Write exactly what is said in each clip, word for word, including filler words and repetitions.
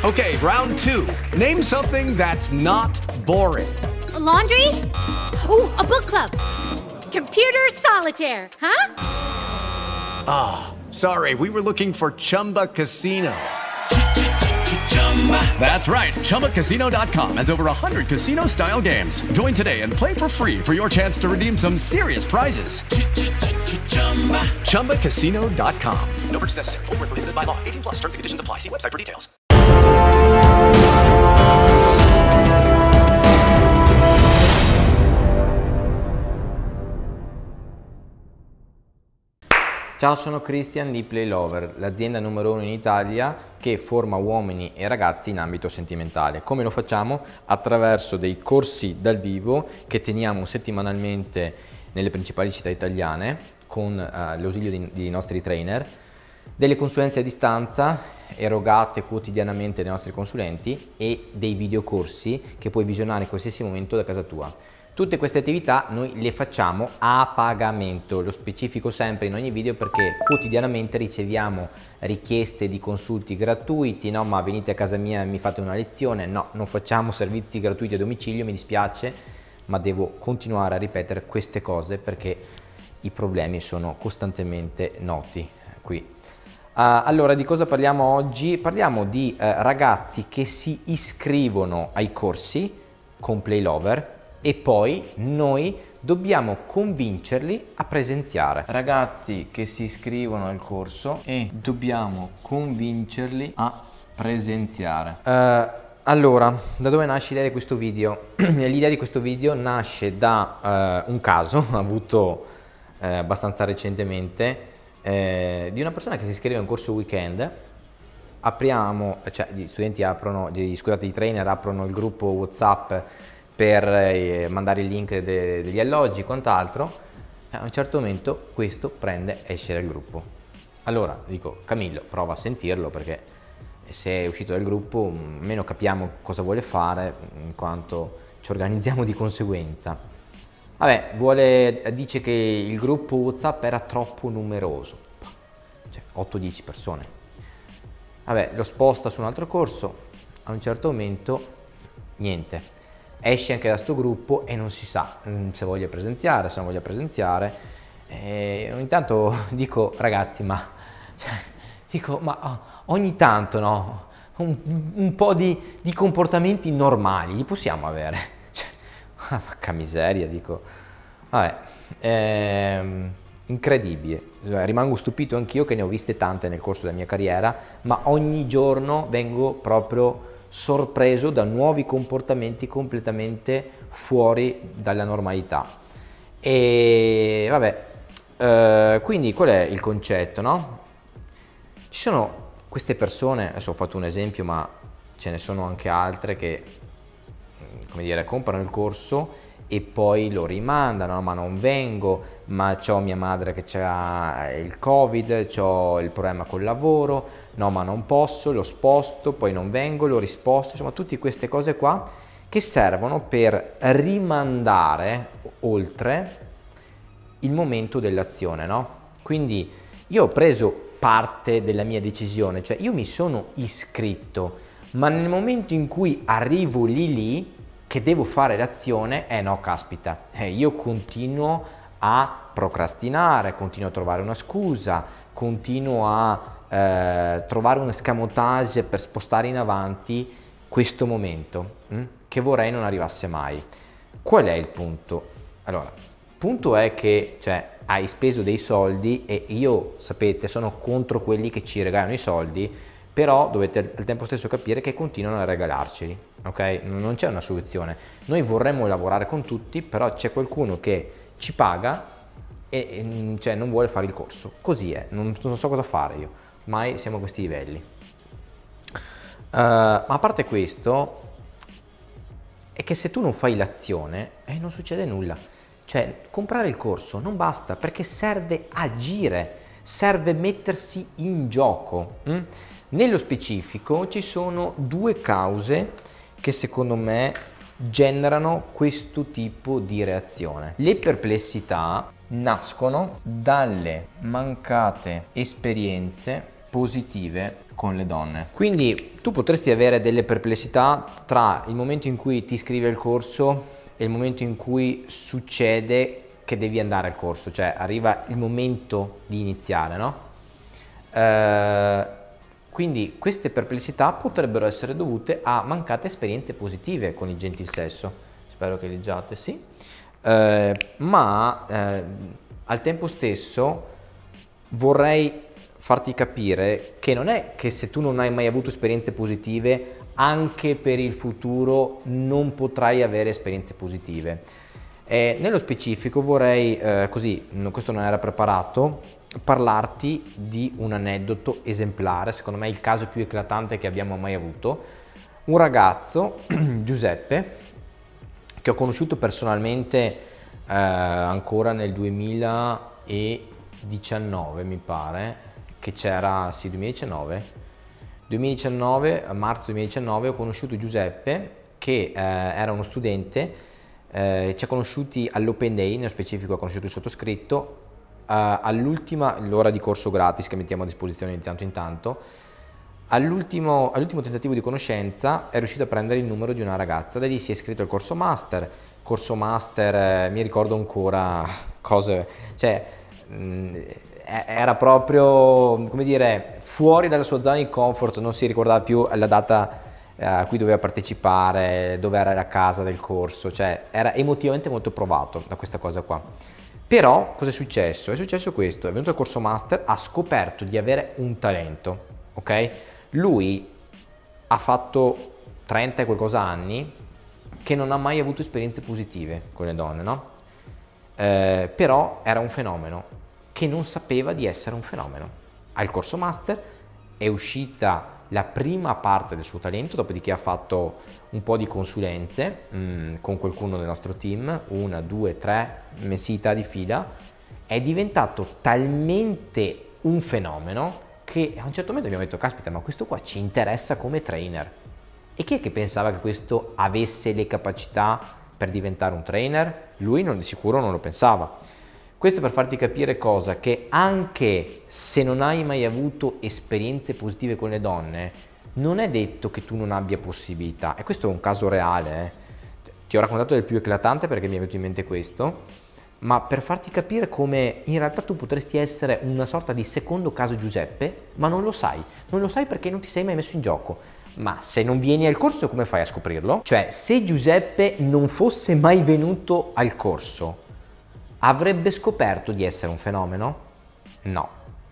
Okay, round two. Name something that's not boring. A laundry? Ooh, a book club. Computer solitaire, huh? Ah, oh, sorry, we were looking for Chumba Casino. That's right, Chumba Casino dot com has over one hundred casino-style games. Join today and play for free for your chance to redeem some serious prizes. Chumba Casino dot com. No purchase necessary. Void where prohibited by law. eighteen plus terms and conditions apply. See website for details. Ciao, sono Christian di Play Lover, l'azienda numero uno in Italia che forma uomini e ragazzi in ambito sentimentale. Come lo facciamo? Attraverso dei corsi dal vivo che teniamo settimanalmente nelle principali città italiane con uh, l'ausilio di, di nostri trainer, delle consulenze a distanza erogate quotidianamente dai nostri consulenti e dei videocorsi che puoi visionare in qualsiasi momento da casa tua. Tutte queste attività noi le facciamo a pagamento, lo specifico sempre in ogni video perché quotidianamente riceviamo richieste di consulti gratuiti, no ma venite a casa mia e mi fate una lezione, no, non facciamo servizi gratuiti a domicilio, mi dispiace, ma devo continuare a ripetere queste cose perché i problemi sono costantemente noti qui. Uh, allora, di cosa parliamo oggi? Parliamo di uh, ragazzi che si iscrivono ai corsi con Play Lover e poi noi dobbiamo convincerli a presenziare. Ragazzi che si iscrivono al corso e dobbiamo convincerli a presenziare. Uh, allora, da dove nasce l'idea di questo video? L'idea di questo video nasce da uh, un caso avuto uh, abbastanza recentemente uh, di una persona che si iscrive a un corso weekend. Apriamo, cioè gli studenti aprono, gli, scusate, i trainer aprono il gruppo WhatsApp per eh, mandare il link de degli alloggi e quant'altro. A un certo momento questo prende e esce dal gruppo. Allora dico, Camillo, prova a sentirlo perché se è uscito dal gruppo almeno capiamo cosa vuole fare, in quanto ci organizziamo di conseguenza. Vabbè, vuole, dice che il gruppo WhatsApp era troppo numeroso, cioè otto dieci persone. Vabbè, lo sposta su un altro corso, a un certo momento niente. Esce anche da sto gruppo e non si sa se voglia presenziare, se non voglia presenziare. E ogni tanto dico, ragazzi, ma, cioè, dico, ma ogni tanto no, un, un po' di, di comportamenti normali li possiamo avere. Cioè, porca miseria, dico. Vabbè, ehm, incredibile. Rimango stupito anch'io che ne ho viste tante nel corso della mia carriera, ma ogni giorno vengo proprio sorpreso da nuovi comportamenti completamente fuori dalla normalità. E vabbè, eh, quindi qual è il concetto, no? Ci sono queste persone, adesso ho fatto un esempio ma ce ne sono anche altre che, come dire, comprano il corso e poi lo rimandano, ma non vengo, ma c'ho mia madre che c'ha il Covid, c'ho il problema col lavoro, no ma non posso, lo sposto, poi non vengo, lo risposto, insomma tutte queste cose qua che servono per rimandare oltre il momento dell'azione, no? Quindi io ho preso parte della mia decisione, cioè io mi sono iscritto, ma nel momento in cui arrivo lì lì che devo fare l'azione, eh no caspita, eh, io continuo a procrastinare, continuo a trovare una scusa, continuo a eh, trovare un escamotage per spostare in avanti questo momento hm, che vorrei non arrivasse mai. Qual è il punto? Allora, il punto è che cioè, hai speso dei soldi e io, sapete, sono contro quelli che ci regalano i soldi, però dovete al tempo stesso capire che continuano a regalarceli, ok? Non c'è una soluzione. Noi vorremmo lavorare con tutti, però c'è qualcuno che ci paga e, e cioè, non vuole fare il corso. Così è, non, non so cosa fare io, mai siamo a questi livelli. Uh, ma a parte questo, è che se tu non fai l'azione, eh, non succede nulla. Cioè, comprare il corso non basta, perché serve agire, serve mettersi in gioco. Hm? Nello specifico ci sono due cause che secondo me generano questo tipo di reazione. Le perplessità nascono dalle mancate esperienze positive con le donne. Quindi tu potresti avere delle perplessità tra il momento in cui ti iscrivi al corso e il momento in cui succede che devi andare al corso, cioè arriva il momento di iniziare, no? Eh, quindi queste perplessità potrebbero essere dovute a mancate esperienze positive con il gentil sesso. Spero che leggiate, sì. Eh, ma eh, al tempo stesso vorrei farti capire che non è che se tu non hai mai avuto esperienze positive, anche per il futuro non potrai avere esperienze positive. E nello specifico vorrei, eh, così, questo non era preparato, parlarti di un aneddoto esemplare, secondo me il caso più eclatante che abbiamo mai avuto. Un ragazzo, Giuseppe, che ho conosciuto personalmente eh, ancora nel duemiladiciannove, mi pare, che c'era, sì, duemiladiciannove, duemiladiciannove, a marzo duemiladiciannove ho conosciuto Giuseppe che eh, era uno studente, eh, ci ha conosciuti all'Open Day, nello specifico ha conosciuto il sottoscritto, eh, all'ultima, l'ora di corso gratis che mettiamo a disposizione di tanto in tanto, all'ultimo, all'ultimo tentativo di conoscenza è riuscito a prendere il numero di una ragazza, da lì si è iscritto al corso master, corso master, eh, mi ricordo ancora cose, cioè mh, era proprio, come dire, fuori dalla sua zona di comfort, non si ricordava più la data eh, a cui doveva partecipare, dove era la casa del corso, cioè era emotivamente molto provato da questa cosa qua. Però cosa è successo? È successo questo, è venuto al corso master, ha scoperto di avere un talento, ok? Lui ha fatto trenta e qualcosa anni che non ha mai avuto esperienze positive con le donne, no? Eh, però era un fenomeno che non sapeva di essere un fenomeno. Al corso master è uscita la prima parte del suo talento, dopodiché ha fatto un po' di consulenze mh, con qualcuno del nostro team, una, due, tre mensilità di fila, è diventato talmente un fenomeno che a un certo momento abbiamo detto, caspita, ma questo qua ci interessa come trainer. E chi è che pensava che questo avesse le capacità per diventare un trainer? Lui non, di sicuro non lo pensava. Questo per farti capire cosa? Che anche se non hai mai avuto esperienze positive con le donne, non è detto che tu non abbia possibilità. E questo è un caso reale. Eh. Ti ho raccontato del più eclatante perché mi è venuto in mente questo, ma per farti capire come in realtà tu potresti essere una sorta di secondo caso Giuseppe, ma non lo sai. Non lo sai perché non ti sei mai messo in gioco. Ma se non vieni al corso, come fai a scoprirlo? Cioè, se Giuseppe non fosse mai venuto al corso, avrebbe scoperto di essere un fenomeno? No.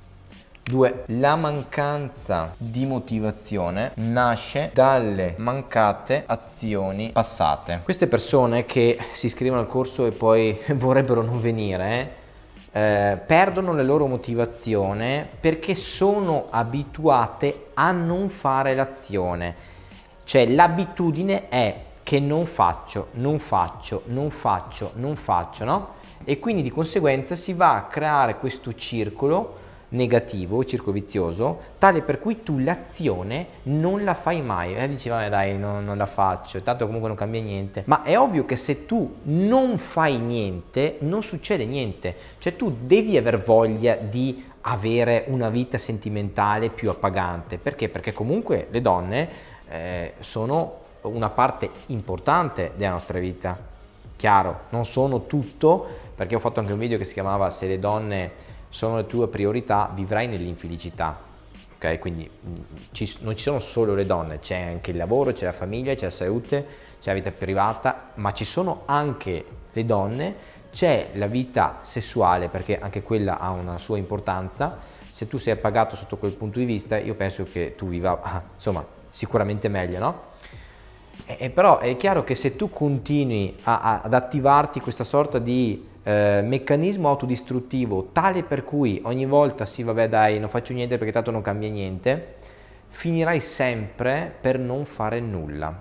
Due. La mancanza di motivazione nasce dalle mancate azioni passate. Queste persone che si iscrivono al corso e poi vorrebbero non venire, eh, perdono la loro motivazione perché sono abituate a non fare l'azione. Cioè l'abitudine è che non faccio, non faccio, non faccio, non faccio, no? E quindi di conseguenza si va a creare questo circolo negativo, circolo vizioso, tale per cui tu l'azione non la fai mai. E eh, dici, vabbè dai, non, non la faccio, tanto comunque non cambia niente. Ma è ovvio che se tu non fai niente, non succede niente. Cioè tu devi aver voglia di avere una vita sentimentale più appagante. Perché? Perché comunque le donne eh, sono una parte importante della nostra vita. Chiaro, non sono tutto, perché ho fatto anche un video che si chiamava Se le donne sono le tue priorità, vivrai nell'infelicità. Ok, quindi ci, non ci sono solo le donne, c'è anche il lavoro, c'è la famiglia, c'è la salute, c'è la vita privata, ma ci sono anche le donne, c'è la vita sessuale, perché anche quella ha una sua importanza. Se tu sei appagato sotto quel punto di vista, io penso che tu viva, insomma, sicuramente meglio, no? E però è chiaro che se tu continui a, a, ad attivarti questa sorta di eh, meccanismo autodistruttivo tale per cui ogni volta sì vabbè dai non faccio niente perché tanto non cambia niente, finirai sempre per non fare nulla.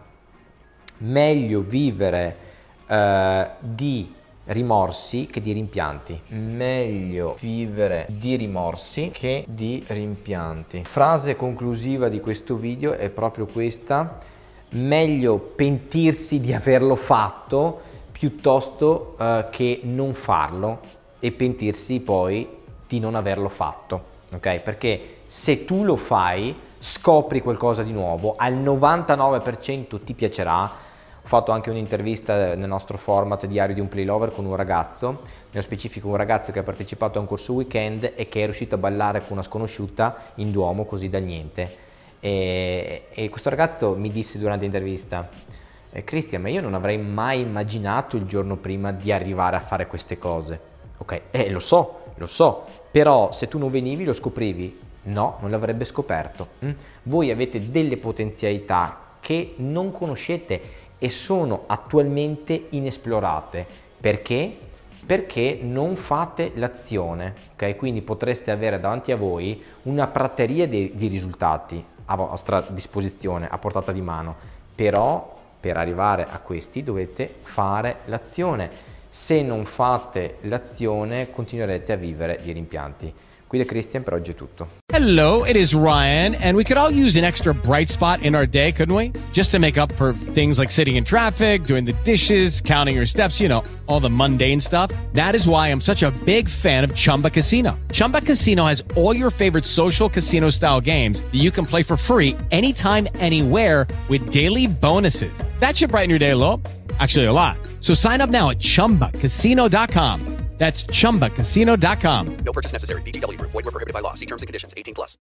Meglio vivere eh, di rimorsi che di rimpianti. Meglio vivere di rimorsi che di rimpianti. Frase conclusiva di questo video è proprio questa: meglio pentirsi di averlo fatto piuttosto uh, che non farlo e pentirsi poi di non averlo fatto, ok? Perché se tu lo fai scopri qualcosa di nuovo, al novantanove per cento ti piacerà. Ho fatto anche un'intervista nel nostro format Diario di un Play Lover con un ragazzo, nello specifico un ragazzo che ha partecipato a un corso weekend e che è riuscito a ballare con una sconosciuta in Duomo così dal niente. E, e questo ragazzo mi disse durante l'intervista: eh, Cristian, ma io non avrei mai immaginato il giorno prima di arrivare a fare queste cose. Ok, eh, lo so, lo so, però se tu non venivi lo scoprivi? No, non l'avrebbe scoperto. Mm? Voi avete delle potenzialità che non conoscete e sono attualmente inesplorate. Perché? Perché non fate l'azione, ok? Quindi potreste avere davanti a voi una prateria di, di risultati a vostra disposizione, a portata di mano, però per arrivare a questi dovete fare l'azione. Se non fate l'azione continuerete a vivere di rimpianti. Qui da Christian per oggi è tutto. Hello, it is Ryan, and we could all use an extra bright spot in our day, couldn't we? Just to make up for things like sitting in traffic, doing the dishes, counting your steps, you know, all the mundane stuff. That is why I'm such a big fan of Chumba Casino. Chumba Casino has all your favorite social casino-style games that you can play for free anytime, anywhere with daily bonuses. That should brighten your day a little. Actually, a lot. So sign up now at chumba casino dot com. That's chumba casino dot com. No purchase necessary. V G W Group. Void where prohibited by law. See terms and conditions. eighteen plus.